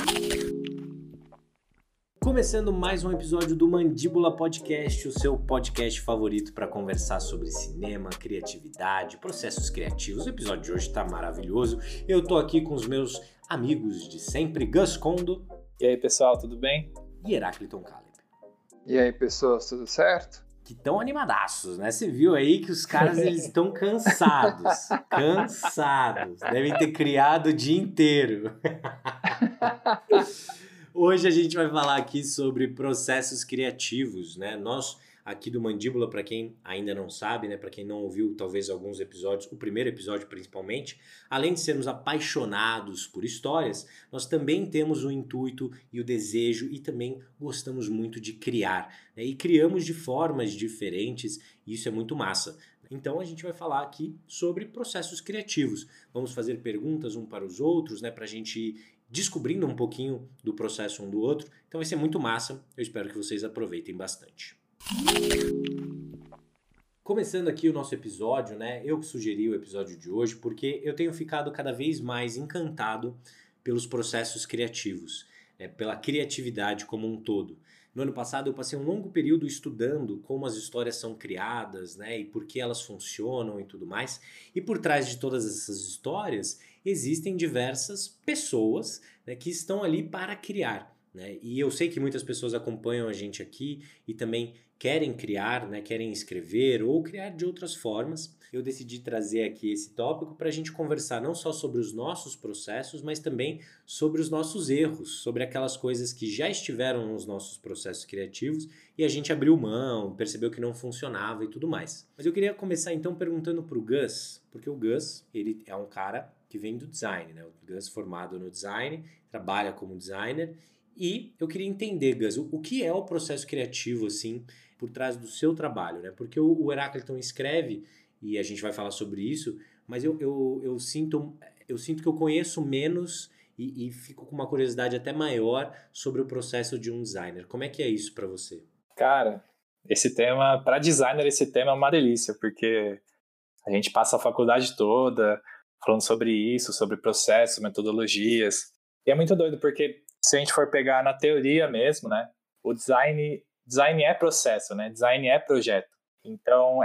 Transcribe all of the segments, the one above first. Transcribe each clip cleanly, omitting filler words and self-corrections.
Começando mais um episódio do Mandíbula Podcast, o seu podcast favorito para conversar sobre cinema, criatividade, processos criativos. O episódio de hoje está maravilhoso. Eu tô aqui com os meus amigos de sempre, Gus Kondo. E aí, pessoal, tudo bem? E Heráclito Caleb. E aí, pessoas, tudo certo? Que estão animadaços, né? Você viu aí que os caras eles estão cansados. Devem ter criado o dia inteiro. Hoje a gente vai falar aqui sobre processos criativos, né? Nós aqui do Mandíbula, para quem ainda não sabe, né? Para quem não ouviu talvez alguns episódios, o primeiro episódio principalmente, além de sermos apaixonados por histórias, nós também temos o intuito e o desejo e também gostamos muito de criar, né? E criamos de formas diferentes e isso é muito massa. Então a gente vai falar aqui sobre processos criativos. Vamos fazer perguntas um para os outros, né? Para a gente ir descobrindo um pouquinho do processo um do outro. Então vai ser muito massa. Eu espero que vocês aproveitem bastante. Começando aqui o nosso episódio, né? Eu que sugeri o episódio de hoje porque eu tenho ficado cada vez mais encantado pelos processos criativos, né? Pela criatividade como um todo. No ano passado eu passei um longo período estudando como as histórias são criadas, né, e por que elas funcionam e tudo mais. E por trás de todas essas histórias existem diversas pessoas, né, que estão ali para criar, né? E eu sei que muitas pessoas acompanham a gente aqui e também querem criar, né, querem escrever ou criar de outras formas. Eu decidi trazer aqui esse tópico para a gente conversar não só sobre os nossos processos, mas também sobre os nossos erros, sobre aquelas coisas que já estiveram nos nossos processos criativos e a gente abriu mão, percebeu que não funcionava e tudo mais. Mas eu queria começar então perguntando para o Gus, porque o Gus, ele é um cara que vem do design, né? O Gus formado no design, trabalha como designer. E eu queria entender, Gus, o que é o processo criativo, assim, por trás do seu trabalho, né? Porque o Heráclito escreve, e a gente vai falar sobre isso, mas eu sinto que eu conheço menos e fico com uma curiosidade até maior sobre o processo de um designer. Como é que é isso para você? Cara, esse tema, para designer, esse tema é uma delícia, porque a gente passa a faculdade toda falando sobre isso, sobre processos, metodologias. E é muito doido, porque se a gente for pegar na teoria mesmo, né, o design é processo, né, design é projeto. Então,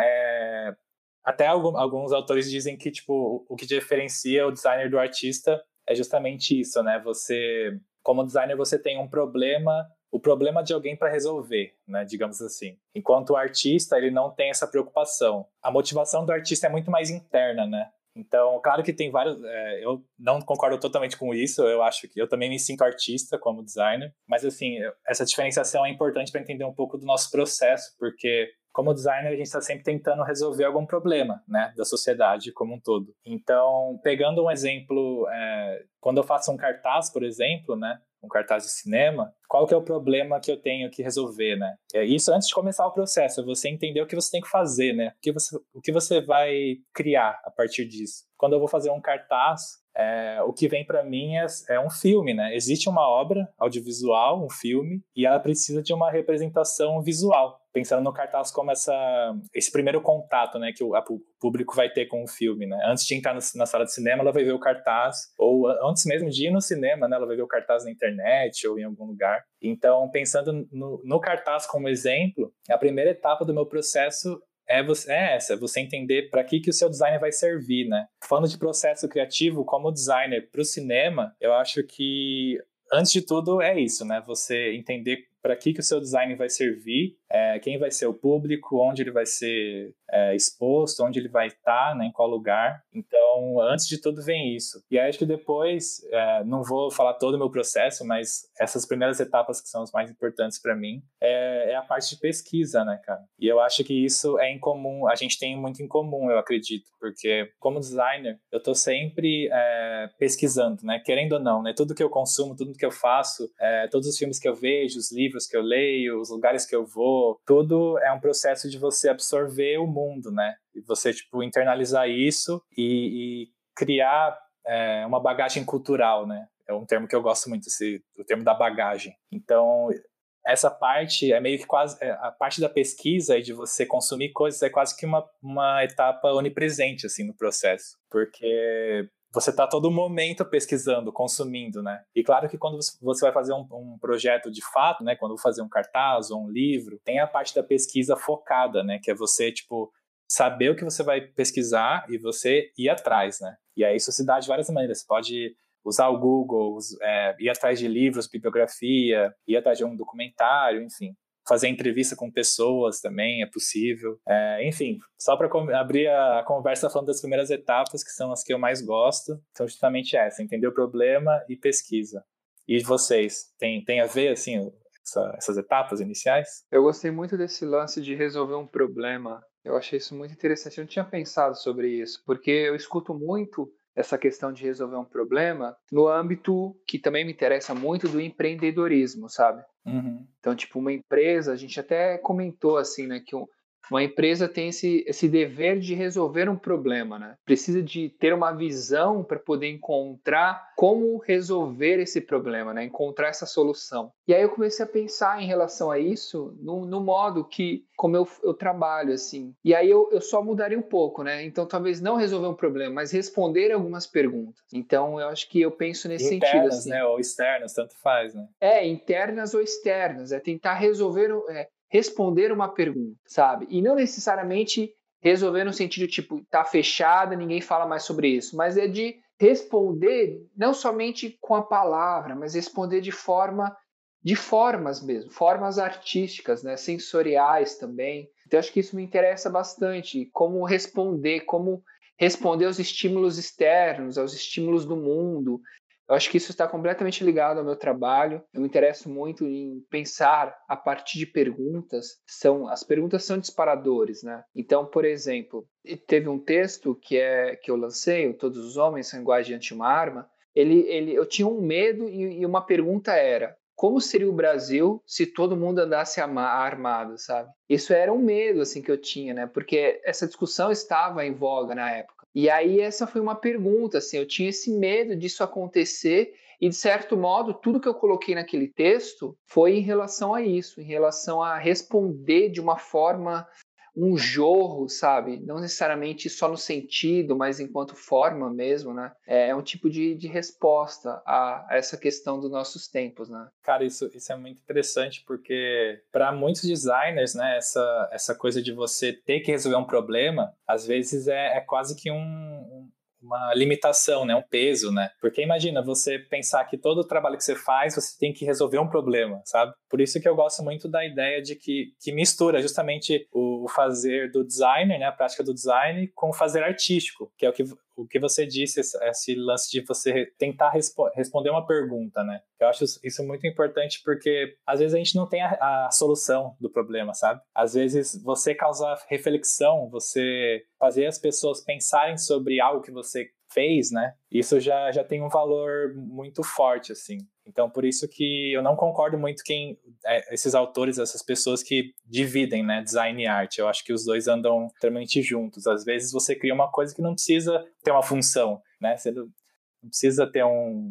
até alguns autores dizem que tipo, o que diferencia o designer do artista é justamente isso, né, você, como designer, você tem um problema, o problema de alguém para resolver, né, digamos assim. Enquanto o artista, ele não tem essa preocupação. A motivação do artista é muito mais interna, né. Então, claro que tem vários... eu não concordo totalmente com isso, eu acho que eu também me sinto artista como designer, mas assim, essa diferenciação é importante para entender um pouco do nosso processo, porque como designer a gente está sempre tentando resolver algum problema, né, da sociedade como um todo. Então, pegando um exemplo, quando eu faço um cartaz, por exemplo, né, um cartaz de cinema, qual que é o problema que eu tenho que resolver, né? Isso antes de começar o processo, é você entender o que você tem que fazer, né? O que você vai criar a partir disso. Quando eu vou fazer um cartaz, o que vem para mim é um filme, né? Existe uma obra audiovisual, um filme, e ela precisa de uma representação visual. Pensando no cartaz como esse primeiro contato, né, que o público vai ter com o filme, né? Antes de entrar na sala de cinema, ela vai ver o cartaz, ou antes mesmo de ir no cinema, né, ela vai ver o cartaz na internet ou em algum lugar. Então, pensando no cartaz como exemplo, a primeira etapa do meu processo é você entender para que o seu design vai servir, né? Falando de processo criativo, como designer para o cinema, eu acho que, antes de tudo, é isso, né? Você entender para que o seu design vai servir, quem vai ser o público, onde ele vai ser exposto, onde ele vai estar, né, em qual lugar. Então, antes de tudo vem isso. E aí, acho que depois, não vou falar todo o meu processo, mas essas primeiras etapas que são as mais importantes para mim, é a parte de pesquisa, né, cara? E eu acho que isso é incomum, a gente tem muito em comum, eu acredito, porque como designer, eu tô sempre pesquisando, né, querendo ou não, né, tudo que eu consumo, tudo que eu faço, todos os filmes que eu vejo, os livros que eu leio, os lugares que eu vou, tudo é um processo de você absorver o mundo, né? E você, tipo, internalizar isso e criar uma bagagem cultural, né? É um termo que eu gosto muito, o termo da bagagem. Então, essa parte é meio que quase... a parte da pesquisa e de você consumir coisas é quase que uma etapa onipresente, assim, no processo. Porque você está todo momento pesquisando, consumindo, né? E claro que quando você vai fazer um projeto de fato, né? Quando fazer um cartaz ou um livro, tem a parte da pesquisa focada, né? Que é você, tipo, saber o que você vai pesquisar e você ir atrás, né? E aí isso se dá de várias maneiras. Você pode usar o Google, ir atrás de livros, bibliografia, ir atrás de um documentário, enfim. Fazer entrevista com pessoas também é possível. Enfim, só para abrir a conversa falando das primeiras etapas, que são as que eu mais gosto, são justamente essa, entender o problema e pesquisa. E vocês, tem a ver, assim, essas etapas iniciais? Eu gostei muito desse lance de resolver um problema. Eu achei isso muito interessante. Eu não tinha pensado sobre isso, porque eu escuto muito essa questão de resolver um problema no âmbito que também me interessa muito do empreendedorismo, sabe? Uhum. Então, tipo, uma empresa, a gente até comentou assim, né, que uma empresa tem esse dever de resolver um problema, né? Precisa de ter uma visão para poder encontrar como resolver esse problema, né? Encontrar essa solução. E aí eu comecei a pensar em relação a isso no modo que, como eu trabalho, assim. E aí eu só mudaria um pouco, né? Então, talvez não resolver um problema, mas responder algumas perguntas. Então, eu acho que eu penso nesse sentido, Internas, assim. né, ou externas, tanto faz, né? Internas ou externas, é tentar responder uma pergunta, sabe? E não necessariamente resolver no sentido tipo, tá fechada, ninguém fala mais sobre isso, mas é de responder não somente com a palavra, mas responder de formas mesmo, formas artísticas, né, sensoriais também. Então acho que isso me interessa bastante, como responder aos estímulos externos, aos estímulos do mundo. Eu acho que isso está completamente ligado ao meu trabalho. Eu me interesso muito em pensar a partir de perguntas. As perguntas são disparadores, né? Então, por exemplo, teve um texto que eu lancei, o Todos os Homens São Iguais Diante de uma Arma. Eu tinha um medo e uma pergunta era: como seria o Brasil se todo mundo andasse armado, sabe? Isso era um medo assim que eu tinha, né? Porque essa discussão estava em voga na época. E aí essa foi uma pergunta, assim, eu tinha esse medo disso acontecer e de certo modo tudo que eu coloquei naquele texto foi em relação a isso, em relação a responder de uma forma um jorro, sabe? Não necessariamente só no sentido, mas enquanto forma mesmo, né? É um tipo de resposta a essa questão dos nossos tempos, né? Cara, isso é muito interessante porque para muitos designers, né, essa coisa de você ter que resolver um problema, às vezes é quase que uma limitação, né, um peso, né? Porque imagina você pensar que todo o trabalho que você faz, você tem que resolver um problema, sabe? Por isso que eu gosto muito da ideia de que mistura justamente o fazer do designer, né, a prática do design, com o fazer artístico, que é o que você disse, esse lance de você tentar responder uma pergunta, né? Eu acho isso muito importante porque às vezes a gente não tem a solução do problema, sabe? Às vezes você causar reflexão, você fazer as pessoas pensarem sobre algo que você fez, né? Isso já tem um valor muito forte, assim. Então, por isso que eu não concordo muito esses autores, essas pessoas que dividem, né, design e arte. Eu acho que os dois andam extremamente juntos. Às vezes você cria uma coisa que não precisa ter uma função, né? Você não precisa ter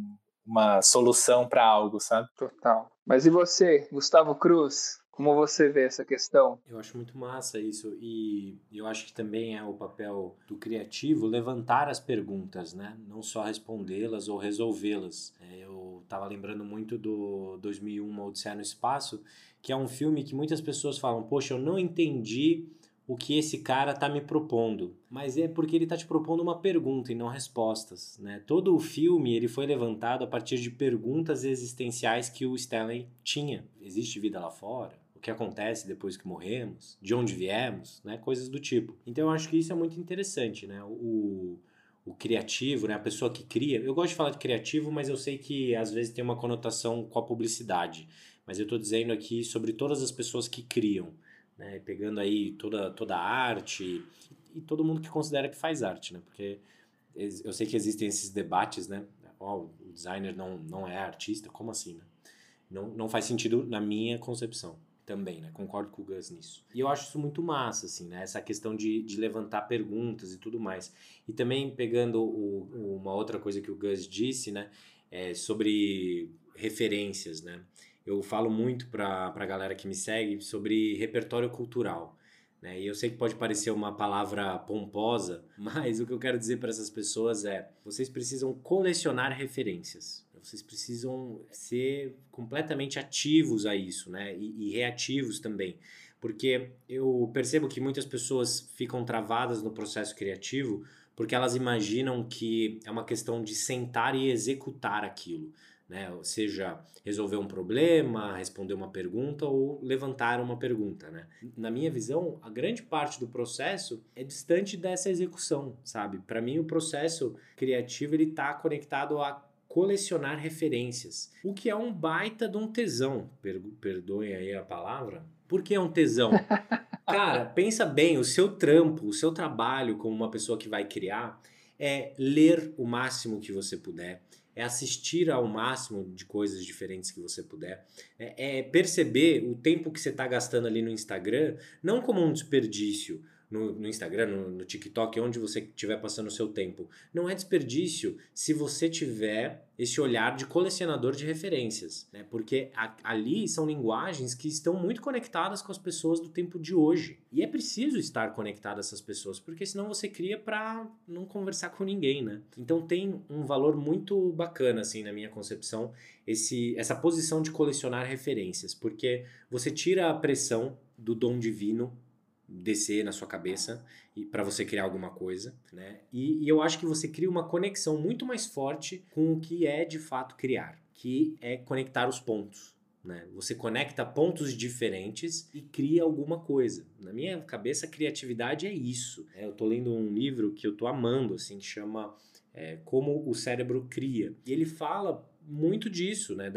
uma solução para algo, sabe? Total. Mas e você, Gustavo Cruz? Como você vê essa questão? Eu acho muito massa isso e eu acho que também é o papel do criativo levantar as perguntas, né? Não só respondê-las ou resolvê-las. Eu estava lembrando muito do 2001, Uma Odisseia no Espaço, que é um filme que muitas pessoas falam, poxa, eu não entendi o que esse cara está me propondo. Mas é porque ele está te propondo uma pergunta e não respostas, né? Todo o filme ele foi levantado a partir de perguntas existenciais que o Stanley tinha. Existe vida lá fora? O que acontece depois que morremos, de onde viemos, né? Coisas do tipo. Então eu acho que isso é muito interessante, né? O criativo, né? A pessoa que cria. Eu gosto de falar de criativo, mas eu sei que às vezes tem uma conotação com a publicidade. Mas eu estou dizendo aqui sobre todas as pessoas que criam, né? Pegando aí toda a arte e todo mundo que considera que faz arte, né? Porque eu sei que existem esses debates, né? O designer não é artista, como assim, né? Não faz sentido na minha concepção. Também, né? Concordo com o Gus nisso. E eu acho isso muito massa, assim, né? Essa questão de levantar perguntas e tudo mais. E também pegando uma outra coisa que o Gus disse, né? Sobre referências, né? Eu falo muito pra galera que me segue sobre repertório cultural. né? E eu sei que pode parecer uma palavra pomposa, mas o que eu quero dizer para essas pessoas é: vocês precisam colecionar referências. Vocês precisam ser completamente ativos a isso, né? E reativos também. Porque eu percebo que muitas pessoas ficam travadas no processo criativo porque elas imaginam que é uma questão de sentar e executar aquilo, né? Ou seja, resolver um problema, responder uma pergunta ou levantar uma pergunta, né? Na minha visão, a grande parte do processo é distante dessa execução, sabe? Para mim, o processo criativo ele está conectado a colecionar referências, o que é um baita de um tesão, perdoem aí a palavra. Por que é um tesão? Cara, pensa bem, o seu trampo, o seu trabalho como uma pessoa que vai criar é ler o máximo que você puder, é assistir ao máximo de coisas diferentes que você puder, é perceber o tempo que você está gastando ali no Instagram, não como um desperdício no Instagram, no TikTok, onde você estiver passando o seu tempo. Não é desperdício se você tiver esse olhar de colecionador de referências, né? Porque ali são linguagens que estão muito conectadas com as pessoas do tempo de hoje. E é preciso estar conectado a essas pessoas, porque senão você cria para não conversar com ninguém, né? Então tem um valor muito bacana, assim, na minha concepção, essa posição de colecionar referências, porque você tira a pressão do dom divino descer na sua cabeça e para você criar alguma coisa, né? E eu acho que você cria uma conexão muito mais forte com o que é de fato criar, que é conectar os pontos, né? Você conecta pontos diferentes e cria alguma coisa. Na minha cabeça, criatividade é isso. Eu tô lendo um livro que eu tô amando, assim, que chama Como o Cérebro Cria. E ele fala muito disso, né?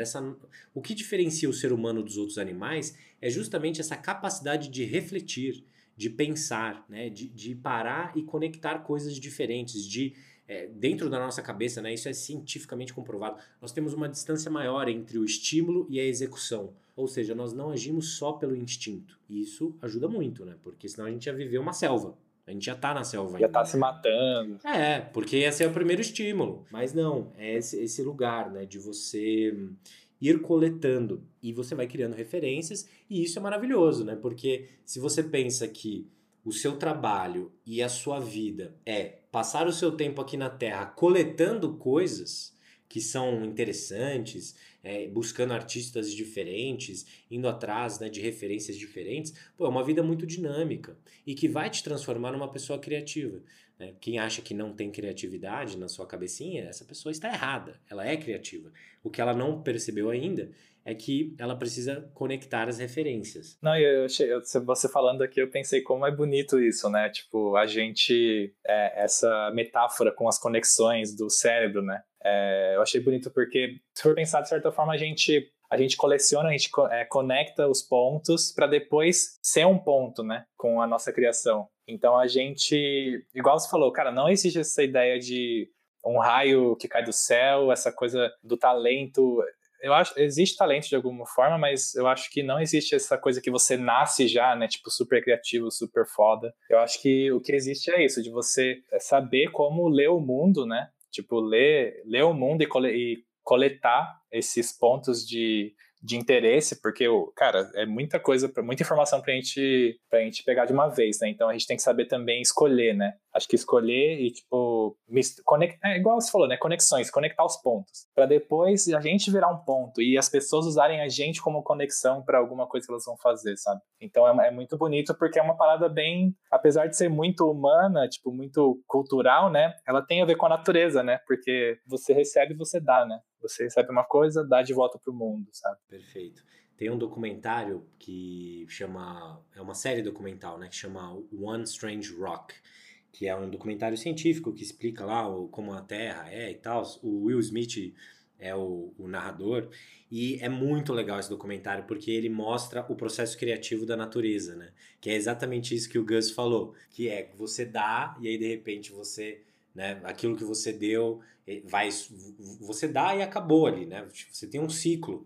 O que diferencia o ser humano dos outros animais é justamente essa capacidade de refletir, de pensar, né? De parar e conectar coisas diferentes, dentro da nossa cabeça, né? Isso é cientificamente comprovado. Nós temos uma distância maior entre o estímulo e a execução. Ou seja, nós não agimos só pelo instinto. E isso ajuda muito, né? Porque senão a gente ia viver uma selva. A gente já tá na selva Já ainda. tá se matando. Porque esse é o primeiro estímulo. Mas não, é esse lugar, né? De você ir coletando. E você vai criando referências. E isso é maravilhoso, né? Porque se você pensa que o seu trabalho e a sua vida é passar o seu tempo aqui na Terra coletando coisas que são interessantes, buscando artistas diferentes, indo atrás, né, de referências diferentes, pô, é uma vida muito dinâmica e que vai te transformar numa pessoa criativa, né? Quem acha que não tem criatividade na sua cabecinha, essa pessoa está errada, ela é criativa. O que ela não percebeu ainda é que ela precisa conectar as referências. Não, você falando aqui, eu pensei como é bonito isso, né? Tipo, a gente, essa metáfora com as conexões do cérebro, né? Eu achei bonito porque, se for pensar de certa forma, a gente coleciona, a gente conecta os pontos para depois ser um ponto, né? Com a nossa criação. Então a gente, igual você falou, cara, não existe essa ideia de um raio que cai do céu, essa coisa do talento. Eu acho existe talento de alguma forma, mas eu acho que não existe essa coisa que você nasce já, né? Tipo, super criativo, super foda. Eu acho que o que existe é isso, de você saber como ler o mundo, né? Tipo, ler o mundo e coletar esses pontos de interesse, porque, cara, é muita coisa, muita informação pra gente pegar de uma vez, né? Então a gente tem que saber também escolher, né? Acho que escolher e, tipo, conectar, igual você falou, né? Conexões, conectar os pontos, pra depois a gente virar um ponto e as pessoas usarem a gente como conexão pra alguma coisa que elas vão fazer, sabe? Então é muito bonito porque é uma parada bem, apesar de ser muito humana, tipo, muito cultural, né? Ela tem a ver com a natureza, né? Porque você recebe e você dá, né? Você recebe uma coisa, dá de volta pro mundo, sabe? Perfeito. Tem um documentário que chama... É uma série documental, né? Que chama One Strange Rock. Que é um documentário científico que explica lá como a Terra é e tal. O Will Smith é o narrador. E é muito legal esse documentário porque ele mostra o processo criativo da natureza, né? Que é exatamente isso que o Gus falou. Que é você dá e aí de repente você... Né? Aquilo que você deu você dá e acabou ali, né? Você tem um ciclo.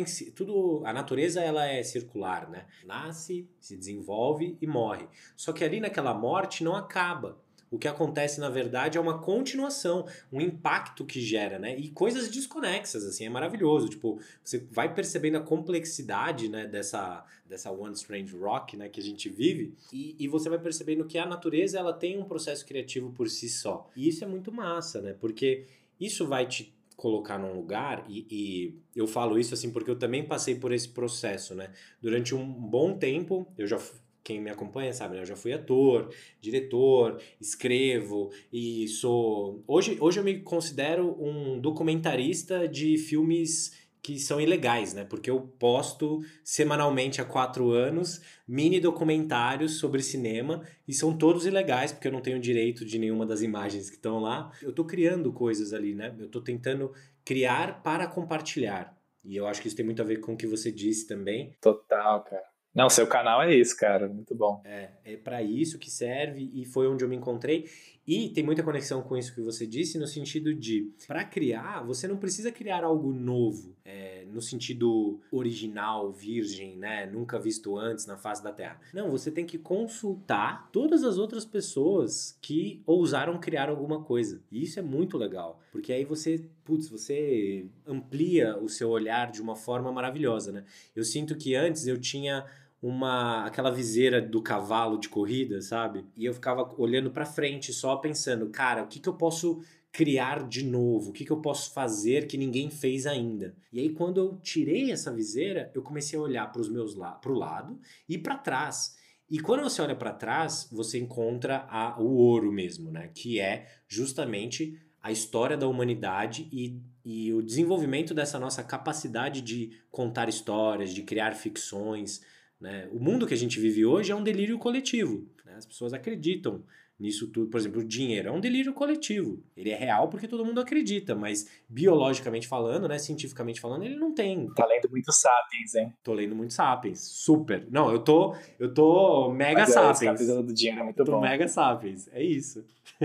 A natureza ela é circular, né? Nasce, se desenvolve e morre. Só que ali naquela morte não acaba. o que acontece na verdade é uma continuação, um impacto que gera, né? E coisas desconexas, assim, é maravilhoso. Tipo, você vai percebendo a complexidade, né, dessa One Strange Rock, né, que a gente vive, e você vai percebendo que a natureza, ela tem um processo criativo por si só. E isso é muito massa, né? Porque isso vai te colocar num lugar, e eu falo isso assim porque eu também passei por esse processo, né? Durante um bom tempo, quem me acompanha sabe, né? Eu já fui ator, diretor, escrevo e sou... Hoje eu me considero um documentarista de filmes que são ilegais, né? Porque eu posto semanalmente há 4 anos mini documentários sobre cinema e são todos ilegais porque eu não tenho direito de nenhuma das imagens que estão lá. Eu tô criando coisas ali, né? Eu tô tentando criar para compartilhar. E eu acho que isso tem muito a ver com o que você disse também. Total, cara. Não, seu canal é isso, cara. Muito bom. É para isso que serve e foi onde eu me encontrei. E tem muita conexão com isso que você disse, no sentido de, para criar, você não precisa criar algo novo, no sentido original, virgem, né? Nunca visto antes na face da Terra. Não, você tem que consultar todas as outras pessoas que ousaram criar alguma coisa. E isso é muito legal, porque aí você amplia o seu olhar de uma forma maravilhosa, né? Eu sinto que antes eu tinha aquela viseira do cavalo de corrida, sabe? E eu ficava olhando pra frente, só pensando, cara, o que que eu posso criar de novo? O que que eu posso fazer que ninguém fez ainda? E aí quando eu tirei essa viseira, eu comecei a olhar pro lado e para trás. E quando você olha para trás, você encontra o ouro mesmo, né? Que é justamente a história da humanidade e o desenvolvimento dessa nossa capacidade de contar histórias, de criar ficções, né? O mundo que a gente vive hoje é um delírio coletivo, né? As pessoas acreditam nisso tudo. Por exemplo, o dinheiro é um delírio coletivo. Ele é real porque todo mundo acredita, mas biologicamente falando, né, cientificamente falando, ele não tem. Tá lendo muito Sapiens, hein? Tô lendo muito Sapiens. Super. Não, eu tô mega Mas esse Sapiens. capítulo do dinheiro é Eu muito tô bom. mega Sapiens. É isso.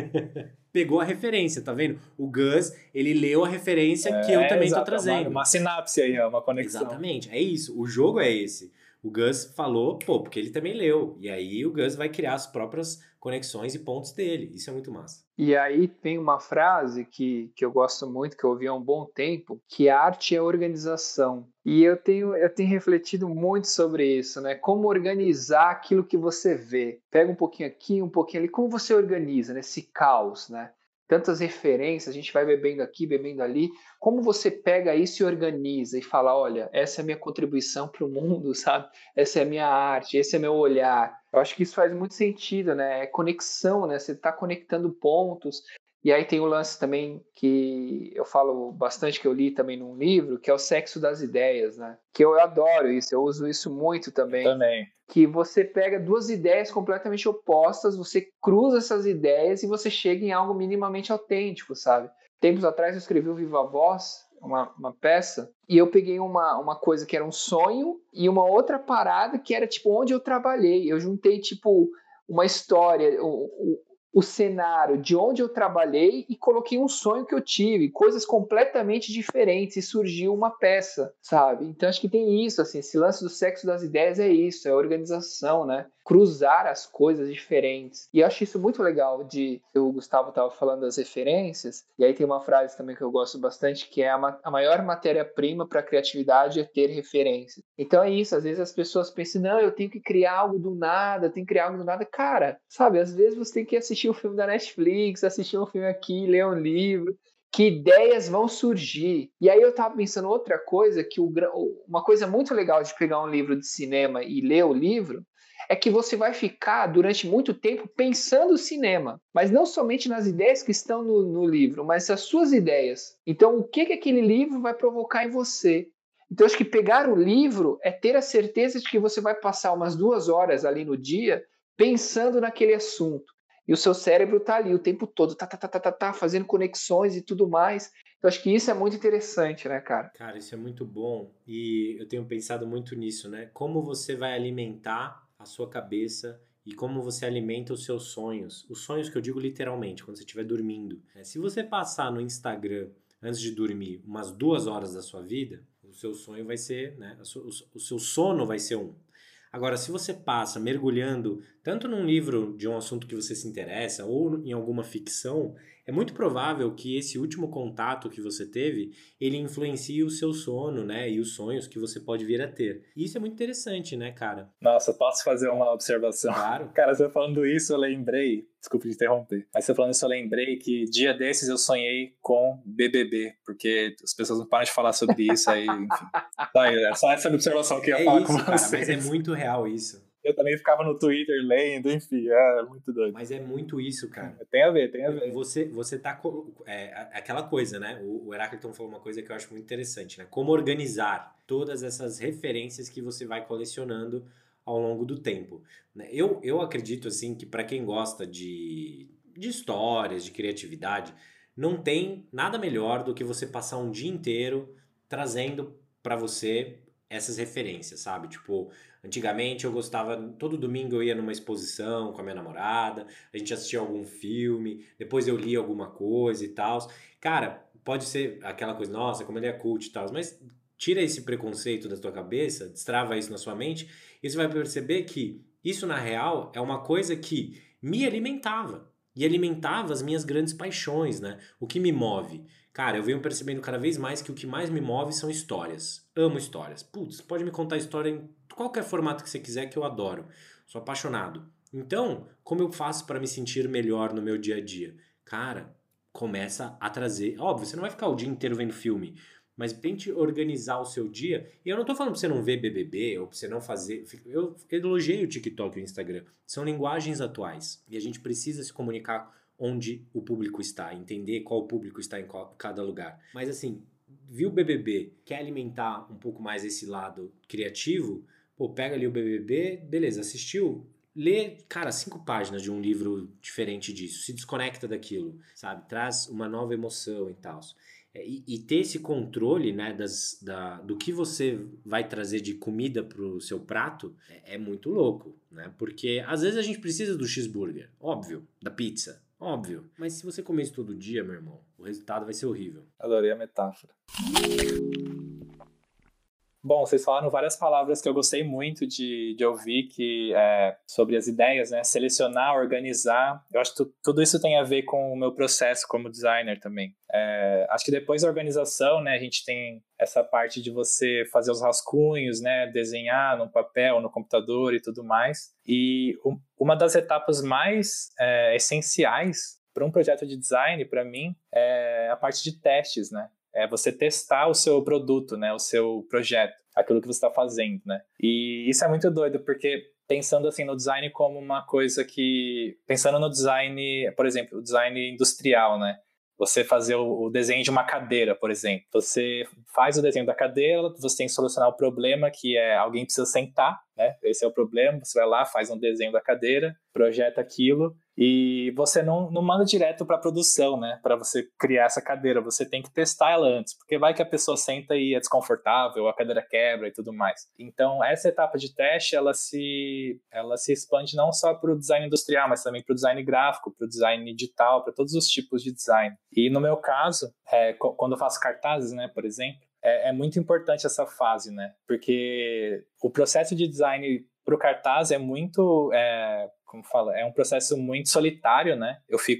Pegou a referência, tá vendo? O Gus, ele leu a referência que eu também tô exato, trazendo. uma sinapse aí, uma conexão. Exatamente, é isso. O jogo é esse. O Gus falou, pô, porque ele também leu. E aí o Gus vai criar as próprias conexões e pontos dele. Isso é muito massa. E aí tem uma frase que eu gosto muito, que eu ouvi há um bom tempo, que arte é organização. E eu tenho refletido muito sobre isso, né? Como organizar aquilo que você vê. Pega um pouquinho aqui, um pouquinho ali. Como você organiza, né? Esse caos, né? Tantas referências, a gente vai bebendo aqui, bebendo ali. Como você pega isso e organiza e fala, olha, essa é a minha contribuição para o mundo, sabe? Essa é a minha arte, esse é meu olhar. Eu acho que isso faz muito sentido, né? É conexão, né? Você está conectando pontos. E aí tem o lance também que eu falo bastante, que eu li também num livro, que é o Sexo das Ideias, né? Que eu adoro isso, eu uso isso muito Eu também. também. Que você pega duas ideias completamente opostas, você cruza essas ideias e você chega em algo minimamente autêntico, sabe? Tempos atrás eu escrevi o Viva Voz, uma peça, e eu peguei uma coisa que era um sonho e uma outra parada que era tipo onde eu trabalhei. Eu juntei tipo uma história, o cenário de onde eu trabalhei e coloquei um sonho que eu tive, coisas completamente diferentes e surgiu uma peça, sabe? Então acho que tem isso, assim, esse lance do sexo das ideias é isso, é organização, né? Cruzar as coisas diferentes. E eu acho isso muito legal o Gustavo estava falando das referências, e aí tem uma frase também que eu gosto bastante, que é a maior matéria-prima para a criatividade é ter referências. Então é isso, às vezes as pessoas pensam, não, eu tenho que criar algo do nada, eu tenho que criar algo do nada. Cara, sabe, às vezes você tem que assistir um filme da Netflix, assistir um filme aqui, ler um livro, que ideias vão surgir. E aí eu tava pensando outra coisa, que uma coisa muito legal de pegar um livro de cinema e ler o livro, é que você vai ficar durante muito tempo pensando o cinema, mas não somente nas ideias que estão no livro, mas as suas ideias. Então, o que aquele livro vai provocar em você? Então, acho que pegar o livro é ter a certeza de que você vai passar umas 2 horas ali no dia pensando naquele assunto. E o seu cérebro está ali o tempo todo, fazendo conexões e tudo mais. Então, acho que isso é muito interessante, né, cara? Cara, isso é muito bom e eu tenho pensado muito nisso, né? Como você vai alimentar a sua cabeça e como você alimenta os seus sonhos. Os sonhos que eu digo literalmente, quando você estiver dormindo. Se você passar no Instagram antes de dormir umas 2 horas da sua vida, o seu sonho vai ser, né? O seu sono vai ser um. Agora, se você passa mergulhando tanto num livro de um assunto que você se interessa ou em alguma ficção, é muito provável que esse último contato que você teve, ele influencie o seu sono, né? E os sonhos que você pode vir a ter. E isso é muito interessante, né, cara? Nossa, posso fazer uma observação? Claro. Cara, você falando isso, eu lembrei, desculpa te interromper, mas você falando isso, eu lembrei que dia desses eu sonhei com BBB, porque as pessoas não param de falar sobre isso aí, enfim. Tá aí, é só essa observação que eu ia falar isso, com cara, vocês. mas é muito real isso. Eu também ficava no Twitter lendo, enfim, é muito doido. Mas é muito isso, cara. Tem a ver. Você tá... aquela coisa, né? O Heráclito falou uma coisa que eu acho muito interessante, né? Como organizar todas essas referências que você vai colecionando ao longo do tempo. Eu acredito, assim, que para quem gosta de histórias, de criatividade, não tem nada melhor do que você passar um dia inteiro trazendo para você essas referências, sabe? Tipo, antigamente eu gostava, todo domingo eu ia numa exposição com a minha namorada, a gente assistia algum filme, depois eu lia alguma coisa e tal. Cara, pode ser aquela coisa, nossa, como ele é cult e tal, mas tira esse preconceito da tua cabeça, destrava isso na sua mente, e você vai perceber que isso, na real, é uma coisa que me alimentava. E alimentava as minhas grandes paixões, né? O que me move. Cara, eu venho percebendo cada vez mais que o que mais me move são histórias. Amo histórias. Putz, pode me contar história em qualquer formato que você quiser que eu adoro. Sou apaixonado. Então, como eu faço para me sentir melhor no meu dia a dia? Cara, começa a trazer... Óbvio, você não vai ficar o dia inteiro vendo filme, mas tente organizar o seu dia. E eu não tô falando pra você não ver BBB ou pra você não fazer... Eu elogiei o TikTok e o Instagram. São linguagens atuais. E a gente precisa se comunicar onde o público está, entender qual público está em cada lugar. Mas assim, viu o BBB, quer alimentar um pouco mais esse lado criativo, pô, pega ali o BBB, beleza, assistiu, lê, cara, 5 páginas de um livro diferente disso, se desconecta daquilo, sabe? Traz uma nova emoção e tal. E ter esse controle, né, do que você vai trazer de comida pro seu prato é muito louco, né? Porque às vezes a gente precisa do cheeseburger, óbvio, da pizza, óbvio. Mas se você comer isso todo dia, meu irmão, o resultado vai ser horrível. Adorei a metáfora. Bom, vocês falaram várias palavras que eu gostei muito de ouvir que sobre as ideias, né? Selecionar, organizar. Eu acho que tudo isso tem a ver com o meu processo como designer também. Acho que depois da organização, né, a gente tem essa parte de você fazer os rascunhos, né, desenhar no papel, no computador e tudo mais. E uma das etapas mais essenciais para um projeto de design, para mim, é a parte de testes, né? É você testar o seu produto, né, o seu projeto, aquilo que você está fazendo, né? E isso é muito doido, porque pensando assim no design como uma coisa que... Pensando no design, por exemplo, o design industrial, né? Você fazer o desenho de uma cadeira, por exemplo. Você faz o desenho da cadeira, você tem que solucionar o problema, que é alguém precisa sentar, né? Esse é o problema, você vai lá, faz um desenho da cadeira, projeta aquilo, e você não manda direto para a produção, né? Para você criar essa cadeira, você tem que testar ela antes, porque vai que a pessoa senta e é desconfortável, a cadeira quebra e tudo mais. Então, essa etapa de teste, ela se expande não só para o design industrial, mas também para o design gráfico, para o design digital, para todos os tipos de design. E no meu caso, quando eu faço cartazes, né, por exemplo, é muito importante essa fase, né? Porque o processo de design para o cartaz é muito, como fala, é um processo muito solitário, né?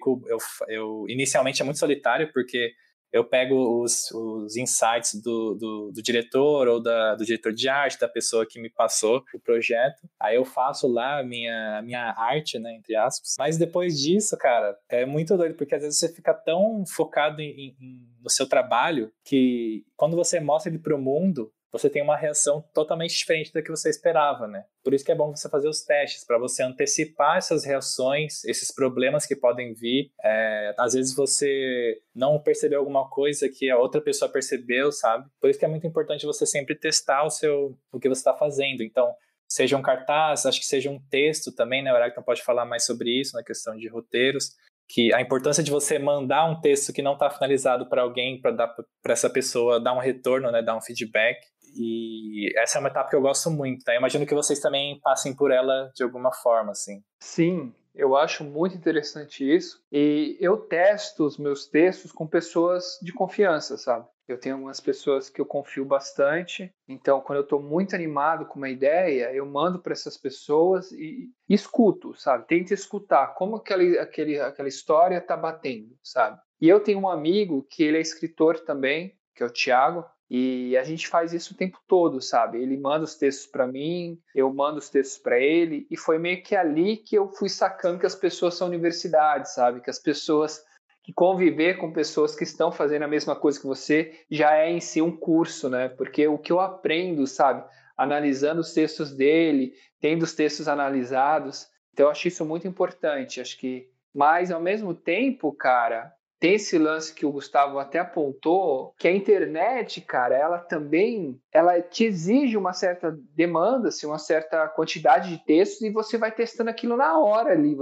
Eu inicialmente é muito solitário porque eu pego os insights do diretor ou do diretor de arte, da pessoa que me passou o projeto. Aí eu faço lá a minha arte, né, entre aspas. Mas depois disso, cara, é muito doido, porque às vezes você fica tão focado no seu trabalho que quando você mostra ele para o mundo, você tem uma reação totalmente diferente da que você esperava, né? Por isso que é bom você fazer os testes, para você antecipar essas reações, esses problemas que podem vir. Às vezes você não percebeu alguma coisa que a outra pessoa percebeu, sabe? Por isso que é muito importante você sempre testar o que você está fazendo. Então, seja um cartaz, acho que seja um texto também, né? O Heráclito pode falar mais sobre isso, na questão de roteiros, que a importância de você mandar um texto que não está finalizado para alguém, para dar para essa pessoa dar um retorno, né? Dar um feedback. E essa é uma etapa que eu gosto muito, tá? Eu imagino que vocês também passem por ela de alguma forma, assim. Sim, eu acho muito interessante isso. E eu testo os meus textos com pessoas de confiança, sabe? Eu tenho algumas pessoas que eu confio bastante, então quando eu estou muito animado com uma ideia, eu mando para essas pessoas e escuto, sabe? Tento escutar como aquela história está batendo, sabe? E eu tenho um amigo que ele é escritor também, que é o Thiago, e a gente faz isso o tempo todo, sabe? Ele manda os textos para mim, eu mando os textos para ele, e foi meio que ali que eu fui sacando que as pessoas são universidades, sabe? Que as pessoas que conviver com pessoas que estão fazendo a mesma coisa que você já é em si um curso, né? Porque o que eu aprendo, sabe, analisando os textos dele, tendo os textos analisados, então eu acho isso muito importante. Acho que, mas ao mesmo tempo, cara, tem esse lance que o Gustavo até apontou, que a internet, cara, ela também, ela te exige uma certa demanda, assim, uma certa quantidade de textos e você vai testando aquilo na hora ali.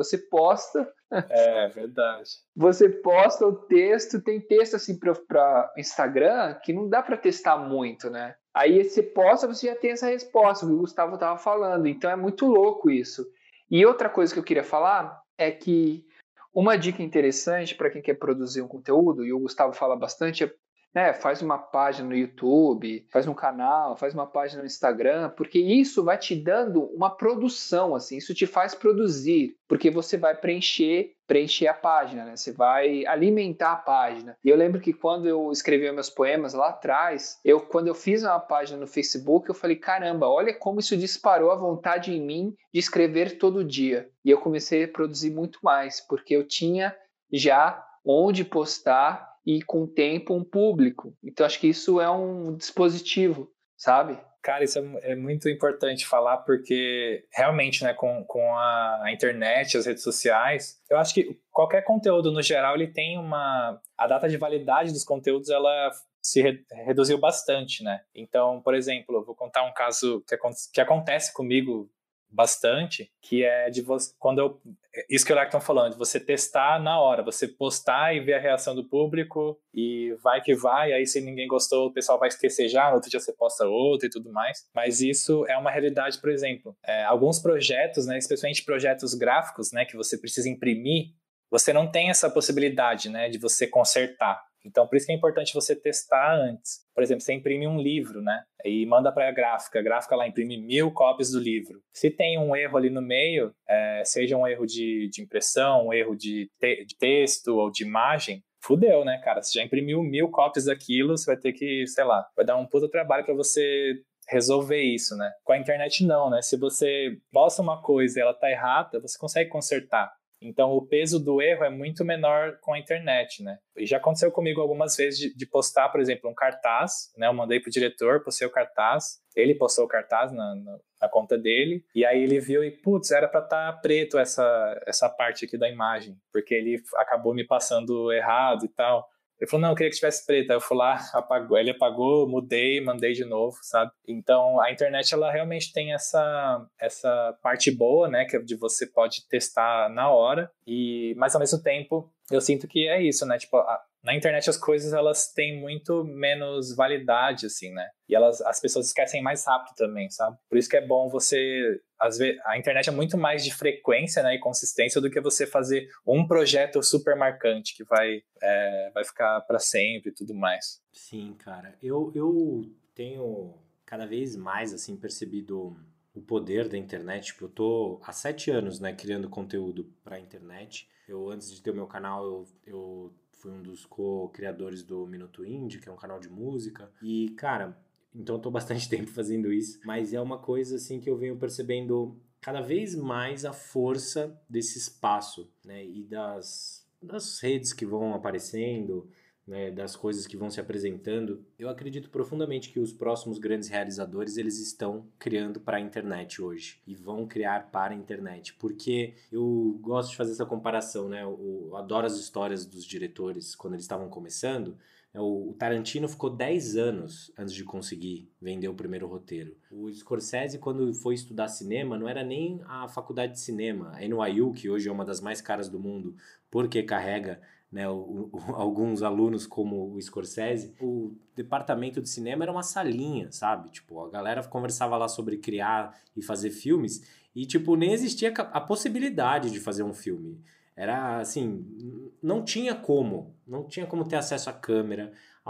É verdade. Você posta o texto, tem texto assim para Instagram que não dá para testar muito, né? Aí você posta, você já tem essa resposta, o que o Gustavo estava falando. Então é muito louco isso. E outra coisa que eu queria falar é que uma dica interessante para quem quer produzir um conteúdo, e o Gustavo fala bastante, é faz uma página no YouTube, faz um canal, faz uma página no Instagram, porque isso vai te dando uma produção, assim, isso te faz produzir, porque você vai preencher a página, né? Você vai alimentar a página. E eu lembro que quando eu escrevi meus poemas lá atrás, quando eu fiz uma página no Facebook, eu falei, caramba, olha como isso disparou a vontade em mim de escrever todo dia. E eu comecei a produzir muito mais, porque eu tinha já onde postar e com o tempo um público. Então acho que isso é um dispositivo, sabe? Cara, isso é muito importante falar porque realmente, né, com a internet, as redes sociais, eu acho que qualquer conteúdo no geral, ele tem a data de validade dos conteúdos, ela se reduziu bastante, né? Então, por exemplo, eu vou contar um caso que acontece comigo bastante, que é de você, isso que o Leco estão falando, de você testar na hora, você postar e ver a reação do público e vai que vai, aí se ninguém gostou, o pessoal vai esquecer já, no outro dia você posta outro e tudo mais, mas isso é uma realidade, por exemplo, alguns projetos, né, especialmente projetos gráficos, né, que você precisa imprimir, você não tem essa possibilidade, né, de você consertar. Então, por isso que é importante você testar antes. Por exemplo, você imprime um livro, né? E manda para a gráfica lá imprime 1000 cópias do livro. Se tem um erro ali no meio, seja um erro de impressão, um erro de texto ou de imagem, fudeu, né, cara? Você já imprimiu 1000 cópias daquilo, você vai ter que, sei lá, vai dar um puta trabalho para você resolver isso, né? Com a internet não, né? Se você posta uma coisa e ela tá errada, você consegue consertar. Então, o peso do erro é muito menor com a internet, né? E já aconteceu comigo algumas vezes de postar, por exemplo, um cartaz, né? Eu mandei pro diretor, postei o cartaz, ele postou o cartaz na conta dele, e aí ele viu e, putz, era para estar preto essa parte aqui da imagem, porque ele acabou me passando errado e tal. Ele falou, não, eu queria que tivesse preto. Aí eu fui lá, ele apagou, mudei, mandei de novo, sabe? Então, a internet, ela realmente tem essa parte boa, né? Que é de você pode testar na hora. Mas, ao mesmo tempo, eu sinto que é isso, né? Tipo, na internet as coisas, elas têm muito menos validade, assim, né? E as pessoas esquecem mais rápido também, sabe? Por isso que é bom você... Às vezes, a internet é muito mais de frequência, né, e consistência do que você fazer um projeto super marcante que vai ficar para sempre e tudo mais. Sim, cara. Eu tenho cada vez mais assim percebido o poder da internet. Tipo, eu tô há 7 anos, né, criando conteúdo para a internet. Antes de ter o meu canal, eu fui um dos co-criadores do Minuto Indie, que é um canal de música. E, cara, então eu tô bastante tempo fazendo isso, mas é uma coisa assim que eu venho percebendo cada vez mais a força desse espaço, né? E das redes que vão aparecendo, né? Das coisas que vão se apresentando. Eu acredito profundamente que os próximos grandes realizadores, eles estão criando para a internet hoje e vão criar para a internet, porque eu gosto de fazer essa comparação, né? Eu adoro as histórias dos diretores quando eles estavam começando. O Tarantino ficou 10 anos antes de conseguir vender o primeiro roteiro. O Scorsese, quando foi estudar cinema, não era nem a faculdade de cinema. A NYU, que hoje é uma das mais caras do mundo, porque carrega, né, alguns alunos como o Scorsese, o departamento de cinema era uma salinha, sabe? Tipo, a galera conversava lá sobre criar e fazer filmes e, tipo, nem existia a possibilidade de fazer um filme. Era assim, não tinha como ter acesso à câmera,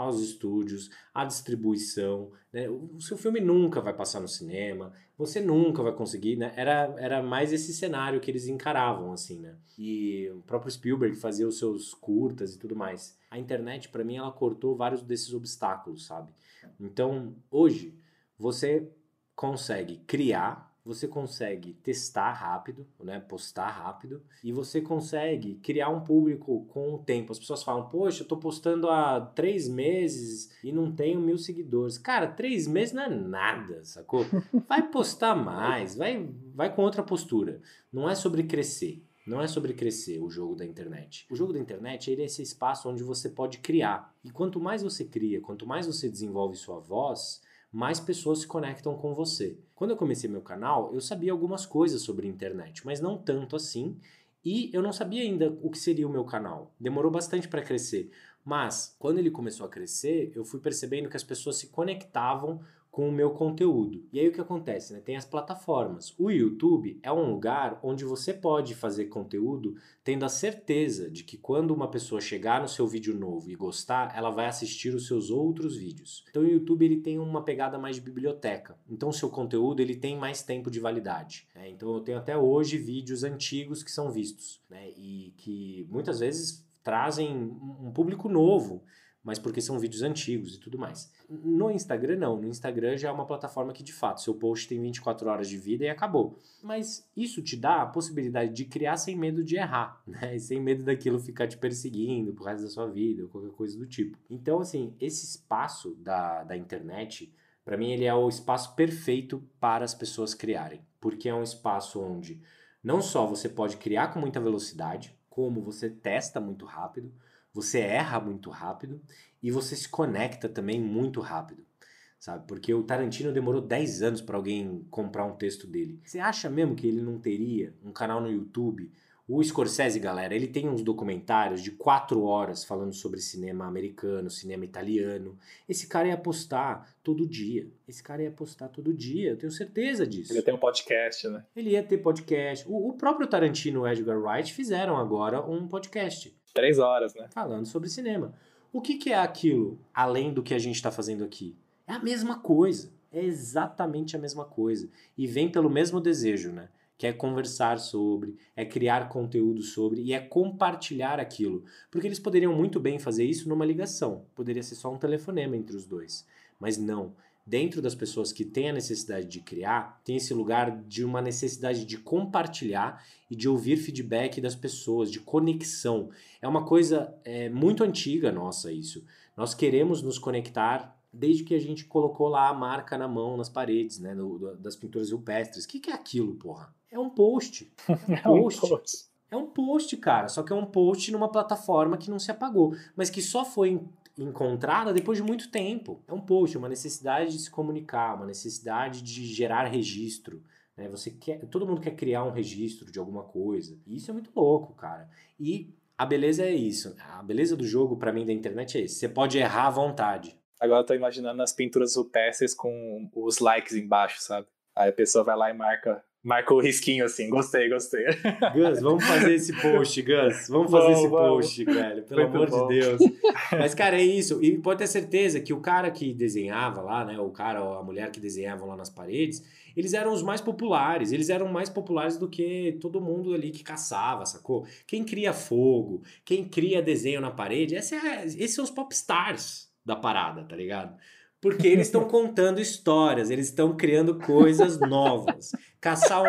aos estúdios, à distribuição, né? O seu filme nunca vai passar no cinema, você nunca vai conseguir, né? Era mais esse cenário que eles encaravam, assim, né? E o próprio Spielberg fazia os seus curtas e tudo mais. A internet, para mim, ela cortou vários desses obstáculos, sabe? Então, hoje, você consegue criar, você consegue testar rápido, né, postar rápido, e você consegue criar um público com o tempo. As pessoas falam, poxa, eu tô postando há 3 meses e não tenho 1.000 seguidores. Cara, 3 meses não é nada, sacou? Vai postar mais, vai com outra postura. Não é sobre crescer. Não é sobre crescer o jogo da internet. O jogo da internet, ele é esse espaço onde você pode criar. E quanto mais você cria, quanto mais você desenvolve sua voz, mais pessoas se conectam com você. Quando eu comecei meu canal, eu sabia algumas coisas sobre internet, mas não tanto assim, e eu não sabia ainda o que seria o meu canal. Demorou bastante para crescer, mas quando ele começou a crescer, eu fui percebendo que as pessoas se conectavam com o meu conteúdo. E aí o que acontece, né? Tem as plataformas. O YouTube é um lugar onde você pode fazer conteúdo tendo a certeza de que quando uma pessoa chegar no seu vídeo novo e gostar, ela vai assistir os seus outros vídeos. Então o YouTube ele tem uma pegada mais de biblioteca. Então o seu conteúdo ele tem mais tempo de validade, né? Então eu tenho até hoje vídeos antigos que são vistos, né? E que muitas vezes trazem um público novo, mas porque são vídeos antigos e tudo mais. No Instagram, não. No Instagram já é uma plataforma que, de fato, seu post tem 24 horas de vida e acabou. Mas isso te dá a possibilidade de criar sem medo de errar, né? E sem medo daquilo ficar te perseguindo pro resto da sua vida ou qualquer coisa do tipo. Então, assim, esse espaço da internet, para mim, ele é o espaço perfeito para as pessoas criarem. Porque é um espaço onde não só você pode criar com muita velocidade, como você testa muito rápido, você erra muito rápido e você se conecta também muito rápido, sabe? Porque o Tarantino demorou 10 anos para alguém comprar um texto dele. Você acha mesmo que ele não teria um canal no YouTube? O Scorsese, galera, ele tem uns documentários de 4 horas falando sobre cinema americano, cinema italiano. Esse cara ia postar todo dia. Esse cara ia postar todo dia, eu tenho certeza disso. Ele tem um podcast, né? Ele ia ter podcast. O próprio Tarantino e o Edgar Wright fizeram agora um podcast. 3 horas, né? Falando sobre cinema. O que é aquilo, além do que a gente está fazendo aqui? É a mesma coisa. É exatamente a mesma coisa. E vem pelo mesmo desejo, né? Que é conversar sobre, é criar conteúdo sobre e é compartilhar aquilo. Porque eles poderiam muito bem fazer isso numa ligação. Poderia ser só um telefonema entre os dois. Mas não. Dentro das pessoas que têm a necessidade de criar, tem esse lugar de uma necessidade de compartilhar e de ouvir feedback das pessoas, de conexão. É uma coisa muito antiga nossa isso. Nós queremos nos conectar desde que a gente colocou lá a marca na mão, nas paredes, né, das pinturas rupestres. O que é aquilo, porra? É um post. É um post. É um post, cara. Só que é um post numa plataforma que não se apagou, mas que só foi encontrada depois de muito tempo. É um post, uma necessidade de se comunicar, uma necessidade de gerar registro, né? Todo mundo quer criar um registro de alguma coisa. E isso é muito louco, cara. E a beleza é isso. A beleza do jogo, pra mim, da internet é isso. Você pode errar à vontade. Agora eu tô imaginando as pinturas rupestres com os likes embaixo, sabe? Aí a pessoa vai lá e marca o risquinho assim, gostei. Gus, vamos fazer esse post, Gus. Vamos fazer esse post, velho. Pelo amor de Deus. Mas, cara, é isso. E pode ter certeza que o cara que desenhava lá, né? O cara ou a mulher que desenhavam lá nas paredes, eles eram os mais populares. Eles eram mais populares do que todo mundo ali que caçava, sacou? Quem cria fogo, quem cria desenho na parede, esses são os popstars da parada, tá ligado? Porque eles estão contando histórias, eles estão criando coisas novas. Caçar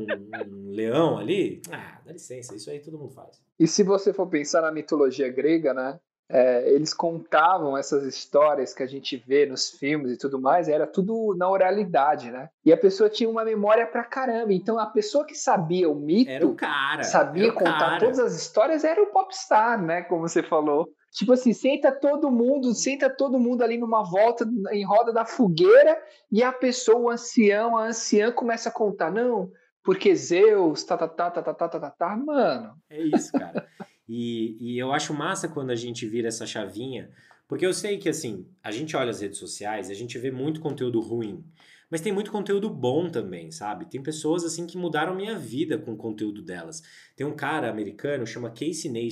um leão ali, dá licença, isso aí todo mundo faz. E se você for pensar na mitologia grega, né? Eles contavam essas histórias que a gente vê nos filmes e tudo mais, era tudo na oralidade, né? E a pessoa tinha uma memória pra caramba. Então a pessoa que sabia o mito, era o cara, sabia contar todas as histórias, era o popstar, né? Como você falou. Tipo assim, senta todo mundo ali numa volta, em roda da fogueira, e a pessoa, a anciã, começa a contar. Não, porque Zeus, mano. É isso, cara. E eu acho massa quando a gente vira essa chavinha, porque eu sei que, assim, a gente olha as redes sociais, a gente vê muito conteúdo ruim, mas tem muito conteúdo bom também, sabe? Tem pessoas, assim, que mudaram minha vida com o conteúdo delas. Tem um cara americano, chama Casey Neistat.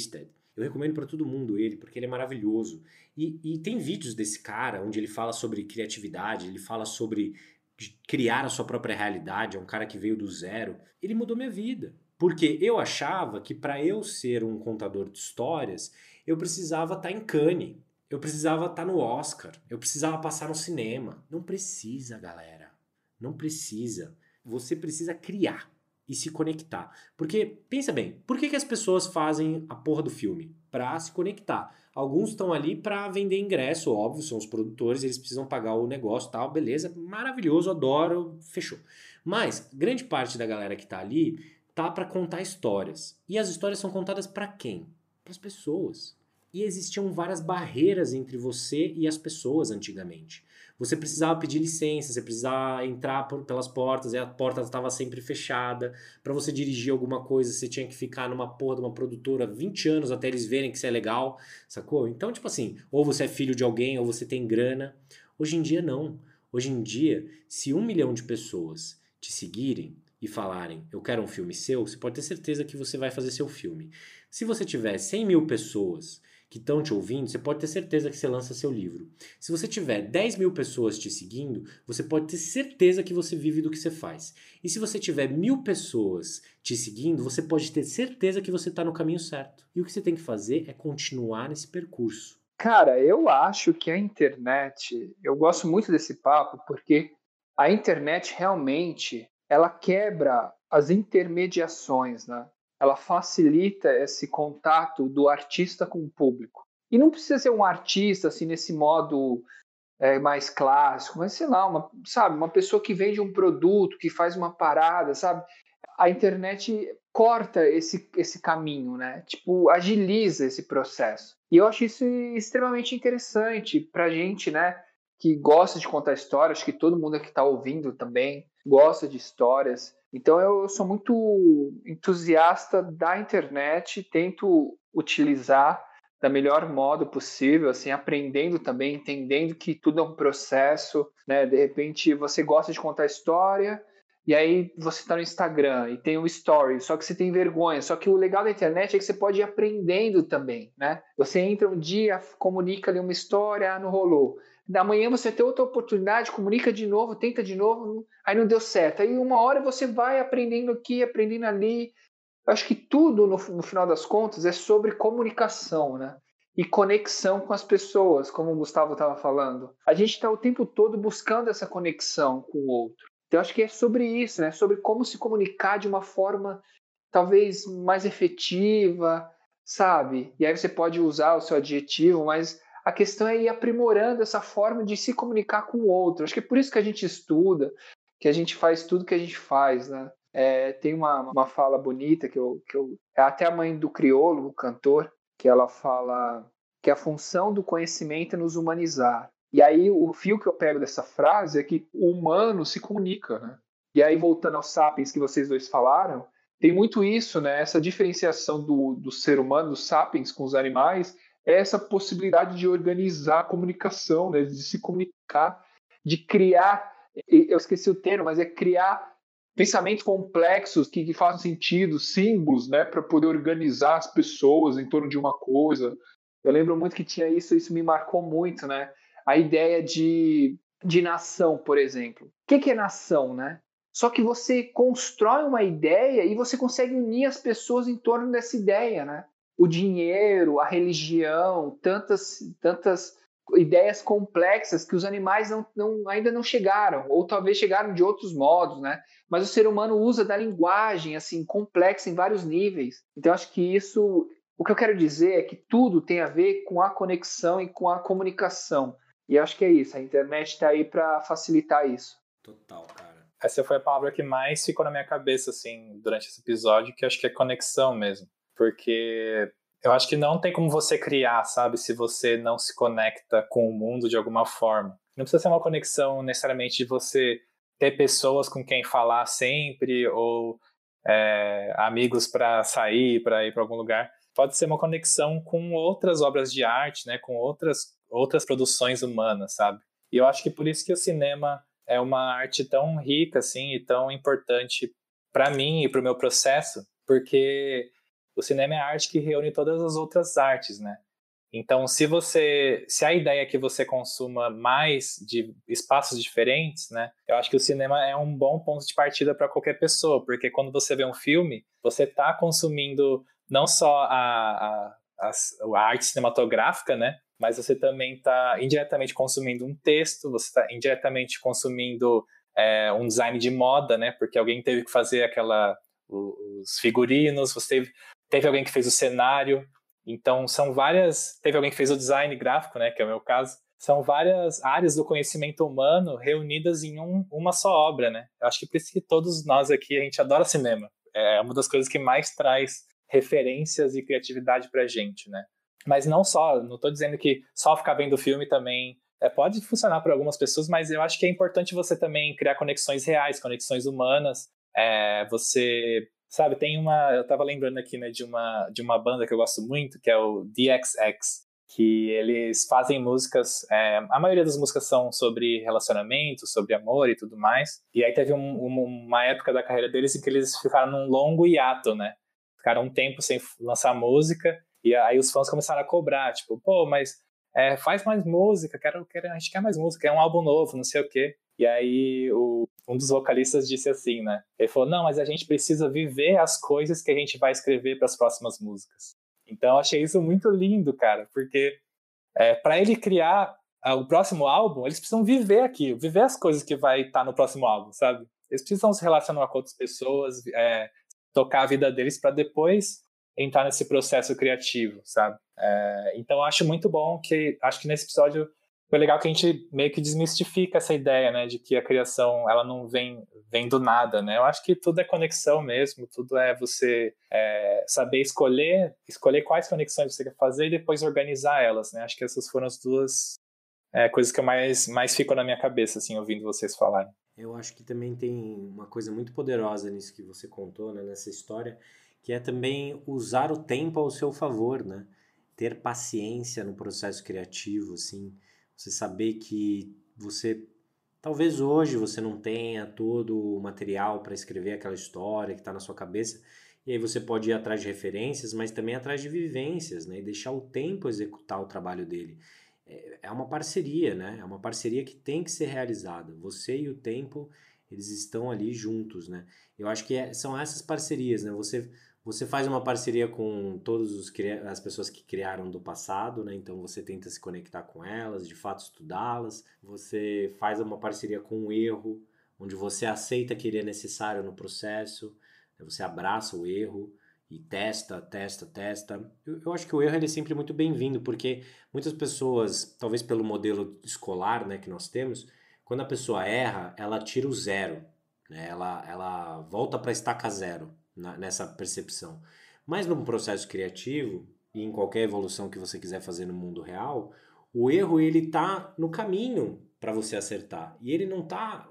Eu recomendo para todo mundo ele, porque ele é maravilhoso. E tem vídeos desse cara onde ele fala sobre criatividade, ele fala sobre criar a sua própria realidade, é um cara que veio do zero. Ele mudou minha vida. Porque eu achava que para eu ser um contador de histórias, eu precisava estar em Cannes, eu precisava estar no Oscar, eu precisava passar no cinema. Não precisa, galera. Não precisa. Você precisa criar e se conectar. Porque, pensa bem, por que as pessoas fazem a porra do filme? Pra se conectar. Alguns estão ali pra vender ingresso, óbvio, são os produtores, eles precisam pagar o negócio e tal, beleza, maravilhoso, adoro, fechou. Mas, grande parte da galera que tá ali tá pra contar histórias. E as histórias são contadas pra quem? Para as pessoas. E existiam várias barreiras entre você e as pessoas antigamente. Você precisava pedir licença, você precisava entrar pelas portas e a porta estava sempre fechada. Para você dirigir alguma coisa, você tinha que ficar numa porra de uma produtora 20 anos até eles verem que isso é legal, sacou? Então, tipo assim, ou você é filho de alguém, ou você tem grana. Hoje em dia, não. Hoje em dia, se 1 milhão de pessoas te seguirem e falarem, eu quero um filme seu, você pode ter certeza que você vai fazer seu filme. Se você tiver 100 mil pessoas que estão te ouvindo, você pode ter certeza que você lança seu livro. Se você tiver 10 mil pessoas te seguindo, você pode ter certeza que você vive do que você faz. E se você tiver 1.000 pessoas te seguindo, você pode ter certeza que você está no caminho certo. E o que você tem que fazer é continuar nesse percurso. Cara, eu acho que a internet, eu gosto muito desse papo porque a internet realmente, ela quebra as intermediações, né? Ela facilita esse contato do artista com o público. E não precisa ser um artista assim nesse modo mais clássico, mas sei lá, sabe, uma pessoa que vende um produto, que faz uma parada, sabe? A internet corta esse caminho, né? Tipo, agiliza esse processo. E eu acho isso extremamente interessante pra gente, né? Que gosta de contar histórias, acho que todo mundo que está ouvindo também gosta de histórias. Então eu sou muito entusiasta da internet, tento utilizar da melhor modo possível, assim, aprendendo também, entendendo que tudo é um processo, né? De repente você gosta de contar história, e aí você está no Instagram e tem um story, só que você tem vergonha. Só que o legal da internet é que você pode ir aprendendo também, né? Você entra um dia, comunica ali uma história, não rolou. Da manhã você tem outra oportunidade, comunica de novo, tenta de novo, aí não deu certo. Aí uma hora você vai aprendendo aqui, aprendendo ali. Eu acho que tudo, no final das contas, é sobre comunicação, né? E conexão com as pessoas, como o Gustavo estava falando. A gente está o tempo todo buscando essa conexão com o outro. Então, acho que é sobre isso, né? Sobre como se comunicar de uma forma talvez mais efetiva, sabe? E aí você pode usar o seu adjetivo, mas a questão é ir aprimorando essa forma de se comunicar com o outro. Acho que é por isso que a gente estuda, que a gente faz tudo que a gente faz, né? Tem uma fala bonita é até a mãe do Criolo, o cantor, que ela fala que a função do conhecimento é nos humanizar. E aí o fio que eu pego dessa frase é que o humano se comunica, né? E aí voltando aos sapiens que vocês dois falaram, tem muito isso, né? Essa diferenciação do ser humano, dos sapiens com os animais, é essa possibilidade de organizar a comunicação, né? De se comunicar, de criar, eu esqueci o termo, mas é criar pensamentos complexos que façam sentido, símbolos, né, para poder organizar as pessoas em torno de uma coisa. Eu lembro muito que tinha isso me marcou muito, né? A ideia de nação, por exemplo. O que é nação, né? Só que você constrói uma ideia e você consegue unir as pessoas em torno dessa ideia, né? O dinheiro, a religião, tantas ideias complexas que os animais ainda não chegaram, ou talvez chegaram de outros modos, né? Mas o ser humano usa da linguagem assim complexa em vários níveis. Então acho que isso, o que eu quero dizer é que tudo tem a ver com a conexão e com a comunicação. E acho que é isso, a internet está aí para facilitar isso. Total, cara. Essa foi a palavra que mais ficou na minha cabeça, assim, durante esse episódio, que eu acho que é conexão mesmo. Porque eu acho que não tem como você criar, sabe, se você não se conecta com o mundo de alguma forma. Não precisa ser uma conexão necessariamente de você ter pessoas com quem falar sempre, ou amigos para sair, para ir para algum lugar. Pode ser uma conexão com outras obras de arte, né, com outras produções humanas, sabe? E eu acho que por isso que o cinema é uma arte tão rica assim e tão importante para mim e para o meu processo, porque o cinema é a arte que reúne todas as outras artes, né? Então, se a ideia é que você consuma mais de espaços diferentes, né? Eu acho que o cinema é um bom ponto de partida para qualquer pessoa, porque quando você vê um filme, você está consumindo não só a arte cinematográfica, né? Mas você também está indiretamente consumindo um texto, você está indiretamente consumindo um design de moda, né? Porque alguém teve que fazer os figurinos, teve alguém que fez o cenário. Então, são várias... Teve alguém que fez o design gráfico, né, que é o meu caso. São várias áreas do conhecimento humano reunidas em uma só obra, né? Eu acho que por isso que todos nós aqui, a gente adora cinema. É uma das coisas que mais traz referências e criatividade pra gente, né? Mas não estou dizendo que só ficar vendo filme também... pode funcionar para algumas pessoas, mas eu acho que é importante você também criar conexões reais, conexões humanas. Você... Sabe, eu tava lembrando aqui, né, de uma banda que eu gosto muito, que é o DXX, que eles fazem músicas, a maioria das músicas são sobre relacionamento, sobre amor e tudo mais, e aí teve uma época da carreira deles em que eles ficaram num longo hiato, né, ficaram um tempo sem lançar música, e aí os fãs começaram a cobrar, tipo, pô, mas faz mais música, a gente quer mais música, é um álbum novo, não sei o quê. E aí um dos vocalistas disse assim, né? Ele falou, não, mas a gente precisa viver as coisas que a gente vai escrever para as próximas músicas. Então eu achei isso muito lindo, cara, porque para ele criar o próximo álbum, eles precisam viver aquilo, viver as coisas que vai estar no próximo álbum, sabe? Eles precisam se relacionar com outras pessoas, tocar a vida deles para depois entrar nesse processo criativo, sabe? Então eu acho muito bom acho que nesse episódio foi legal que a gente meio que desmistifica essa ideia, né, de que a criação, ela não vem do nada, né? Eu acho que tudo é conexão mesmo, tudo é você saber escolher quais conexões você quer fazer e depois organizar elas, né? Acho que essas foram as duas coisas que eu mais ficam na minha cabeça, assim, ouvindo vocês falarem. Eu acho que também tem uma coisa muito poderosa nisso que você contou, né, nessa história, que é também usar o tempo ao seu favor, né? Ter paciência no processo criativo, assim, você saber que talvez hoje você não tenha todo o material para escrever aquela história que está na sua cabeça, e aí você pode ir atrás de referências, mas também atrás de vivências, né? E deixar o tempo executar o trabalho dele. É uma parceria, né? É uma parceria que tem que ser realizada. Você e o tempo, eles estão ali juntos, né? Eu acho que são essas parcerias, né? Você faz uma parceria com as pessoas que criaram do passado, né? Então você tenta se conectar com elas, de fato estudá-las. Você faz uma parceria com o erro, onde você aceita que ele é necessário no processo, né? Você abraça o erro e testa. Eu acho que o erro ele é sempre muito bem-vindo, porque muitas pessoas, talvez pelo modelo escolar, né, que nós temos, quando a pessoa erra, ela tira o zero, né? Ela volta para a estaca zero nessa percepção. Mas num processo criativo e em qualquer evolução que você quiser fazer no mundo real, o erro ele tá no caminho para você acertar e ele não tá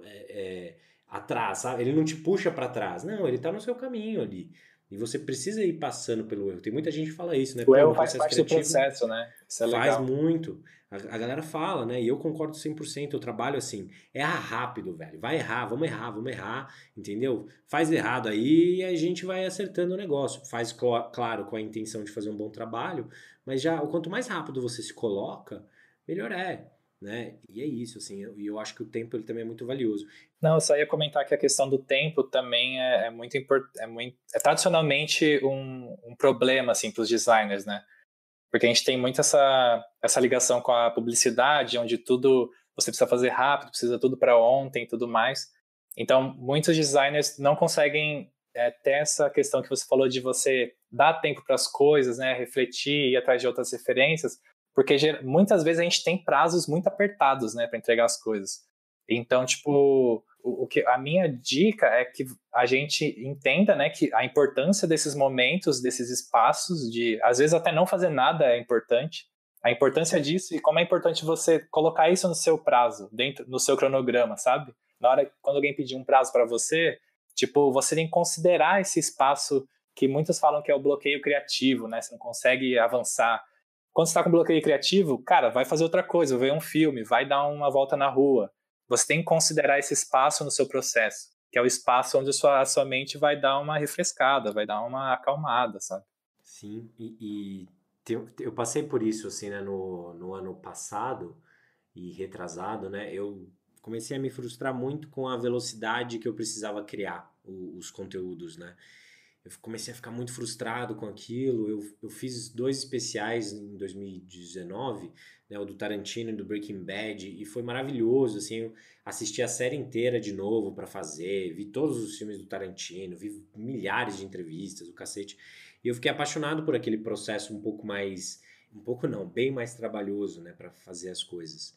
atrás, sabe? Ele não te puxa para trás, não, ele tá no seu caminho ali. E você precisa ir passando pelo erro. Tem muita gente que fala isso, né? O Pô, erro no faz processo parte do criativo processo, né? Isso é faz legal. muito. A galera fala, né? E eu concordo 100%. Eu trabalho assim. Erra rápido, velho. Vai errar, vamos errar. Entendeu? Faz errado aí e a gente vai acertando o negócio. Faz, claro, com a intenção de fazer um bom trabalho. Mas já, o quanto mais rápido você se coloca, melhor é. Né? E é isso, assim. E eu acho que o tempo ele também é muito valioso. Não, eu só ia comentar que a questão do tempo também é muito importante. É tradicionalmente um problema, assim, para os designers, né? Porque a gente tem muito essa ligação com a publicidade, onde tudo você precisa fazer rápido, precisa tudo para ontem e tudo mais. Então, muitos designers não conseguem ter essa questão que você falou de você dar tempo para as coisas, né, refletir, ir atrás de outras referências, porque muitas vezes a gente tem prazos muito apertados, né, para entregar as coisas. Então, tipo, a minha dica é que a gente entenda, né, que a importância desses momentos, desses espaços, de às vezes até não fazer nada é importante. A importância disso e como é importante você colocar isso no seu prazo, no seu cronograma, sabe? Quando alguém pedir um prazo para você, tipo, você tem que considerar esse espaço que muitos falam que é o bloqueio criativo, né? Você não consegue avançar. Quando você está com bloqueio criativo, cara, vai fazer outra coisa, vai ver um filme, vai dar uma volta na rua. Você tem que considerar esse espaço no seu processo, que é o espaço onde a sua mente vai dar uma refrescada, vai dar uma acalmada, sabe? Sim, eu passei por isso, assim, né, no ano passado e retrasado, né, eu comecei a me frustrar muito com a velocidade que eu precisava criar os conteúdos, né. Eu comecei a ficar muito frustrado com aquilo. Eu fiz dois especiais em 2019, né, o do Tarantino e do Breaking Bad, e foi maravilhoso, assim, eu assisti a série inteira de novo para fazer, vi todos os filmes do Tarantino, vi milhares de entrevistas, o cacete, e eu fiquei apaixonado por aquele processo um pouco mais, um pouco não, bem mais trabalhoso, né, para fazer as coisas.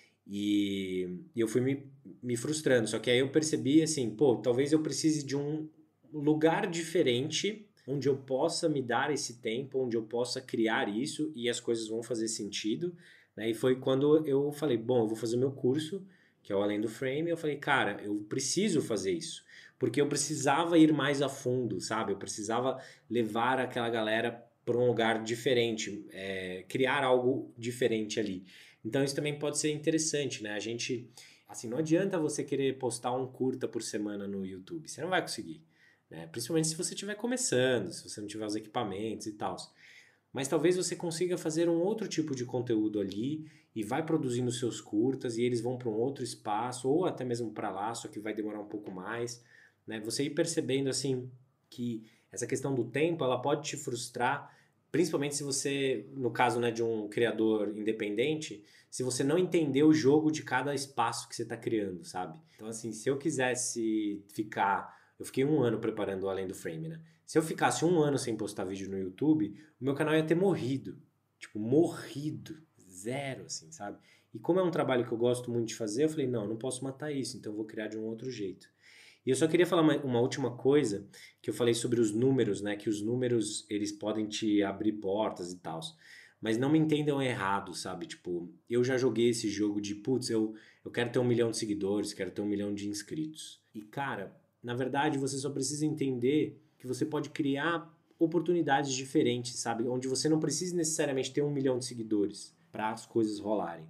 E eu fui me frustrando, só que aí eu percebi assim, pô, talvez eu precise de um lugar diferente onde eu possa me dar esse tempo, onde eu possa criar isso e as coisas vão fazer sentido, né? E foi quando eu falei, bom, eu vou fazer meu curso, que é o Além do Frame, e eu falei, cara, eu preciso fazer isso, porque eu precisava ir mais a fundo, sabe? Eu precisava levar aquela galera para um lugar diferente, criar algo diferente ali. Então isso também pode ser interessante, né? A gente, assim, não adianta você querer postar um curta por semana no YouTube, você não vai conseguir, né? Principalmente se você estiver começando, se você não tiver os equipamentos e tal. Mas talvez você consiga fazer um outro tipo de conteúdo ali e vai produzindo seus curtas e eles vão para um outro espaço ou até mesmo para lá, só que vai demorar um pouco mais, né? Você ir percebendo assim que essa questão do tempo, ela pode te frustrar, principalmente se você, no caso, né, de um criador independente, se você não entender o jogo de cada espaço que você está criando, sabe? Então assim, se eu quisesse ficar, eu fiquei um ano preparando o Além do Frame, né? Se eu ficasse um ano sem postar vídeo no YouTube, o meu canal ia ter morrido. Tipo, morrido. Zero, assim, sabe? E como é um trabalho que eu gosto muito de fazer, eu falei, não, eu não posso matar isso, então eu vou criar de um outro jeito. E eu só queria falar uma última coisa, que eu falei sobre os números, né? Que os números, eles podem te abrir portas e tal. Mas não me entendam errado, sabe? Tipo, eu já joguei esse jogo de, putz, eu quero ter 1 milhão de seguidores, quero ter 1 milhão de inscritos. E, cara, na verdade, você só precisa entender que você pode criar oportunidades diferentes, sabe? Onde você não precisa necessariamente ter 1 milhão de seguidores para as coisas rolarem.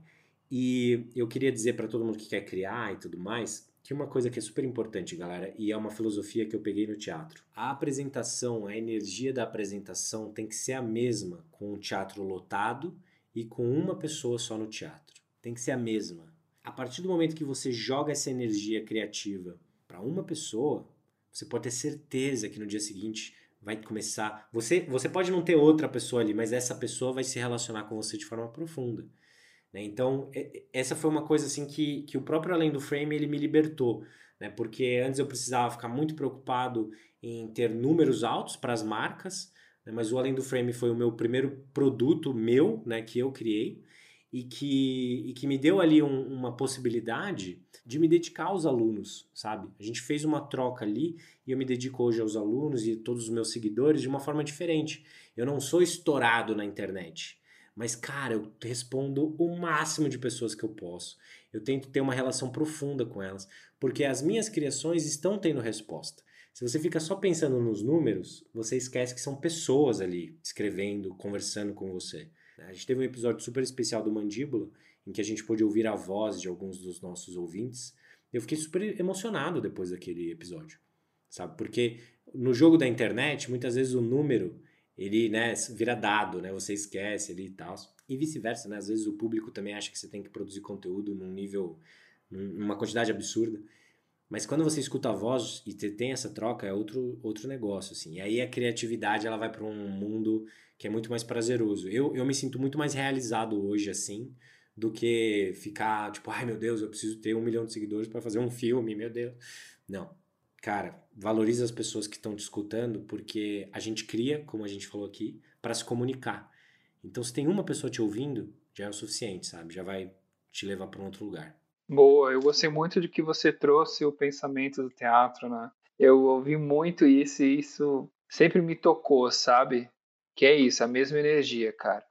E eu queria dizer para todo mundo que quer criar e tudo mais, que uma coisa que é super importante, galera, e é uma filosofia que eu peguei no teatro. A apresentação, a energia da apresentação tem que ser a mesma com o teatro lotado e com uma pessoa só no teatro. Tem que ser a mesma. A partir do momento que você joga essa energia criativa para uma pessoa, você pode ter certeza que no dia seguinte vai começar... Você pode não ter outra pessoa ali, mas essa pessoa vai se relacionar com você de forma profunda. Né? Então, essa foi uma coisa assim que o próprio Além do Frame ele me libertou. Né? Porque antes eu precisava ficar muito preocupado em ter números altos para as marcas, né? Mas o Além do Frame foi o meu primeiro produto meu, né? Que eu criei. E que me deu ali uma possibilidade de me dedicar aos alunos, sabe? A gente fez uma troca ali e eu me dedico hoje aos alunos e todos os meus seguidores de uma forma diferente. Eu não sou estourado na internet, mas, cara, eu respondo o máximo de pessoas que eu posso. Eu tento ter uma relação profunda com elas, porque as minhas criações estão tendo resposta. Se você fica só pensando nos números, você esquece que são pessoas ali escrevendo, conversando com você. A gente teve um episódio super especial do Mandíbula, em que a gente pôde ouvir a voz de alguns dos nossos ouvintes. Eu fiquei super emocionado depois daquele episódio, sabe? Porque no jogo da internet, muitas vezes o número, ele, né, vira dado, né? Você esquece ali e tal. E vice-versa, né? Às vezes o público também acha que você tem que produzir conteúdo num nível, numa quantidade absurda. Mas quando você escuta a voz e tem essa troca, é outro negócio, assim. E aí a criatividade, ela vai para um mundo que é muito mais prazeroso. Eu me sinto muito mais realizado hoje, assim, do que ficar, tipo, ai meu Deus, eu preciso ter 1 milhão de seguidores para fazer um filme, meu Deus. Não. Cara, valoriza as pessoas que estão te escutando, porque a gente cria, como a gente falou aqui, para se comunicar. Então, se tem uma pessoa te ouvindo, já é o suficiente, sabe? Já vai te levar para um outro lugar. Boa, eu gostei muito de que você trouxe o pensamento do teatro, né? Eu ouvi muito isso e isso sempre me tocou, sabe? Que é isso, a mesma energia, cara.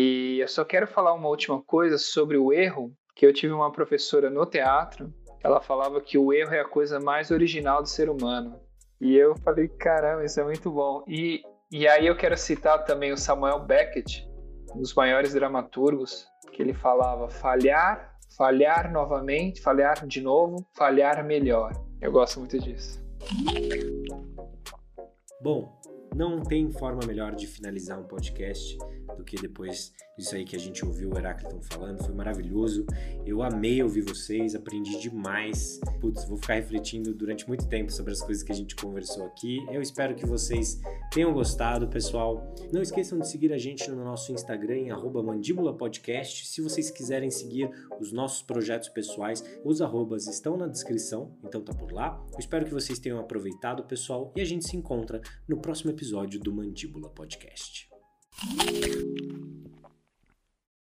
E eu só quero falar uma última coisa sobre o erro, que eu tive uma professora no teatro, ela falava que o erro é a coisa mais original do ser humano. E eu falei, caramba, isso é muito bom. E aí eu quero citar também o Samuel Beckett, um dos maiores dramaturgos, que ele falava falhar novamente, falhar de novo, falhar melhor. Eu gosto muito disso. Bom, Não tem forma melhor de finalizar um podcast do que depois disso aí que a gente ouviu o Heráclito falando. Foi maravilhoso. Eu amei ouvir vocês, aprendi demais. Putz, vou ficar refletindo durante muito tempo sobre as coisas que a gente conversou aqui. Eu espero que vocês tenham gostado, pessoal. Não esqueçam de seguir a gente no nosso Instagram, em @mandíbulapodcast. Se vocês quiserem seguir os nossos projetos pessoais, os arrobas estão na descrição, então tá por lá. Eu espero que vocês tenham aproveitado, pessoal, e a gente se encontra no próximo episódio do Mandíbula Podcast.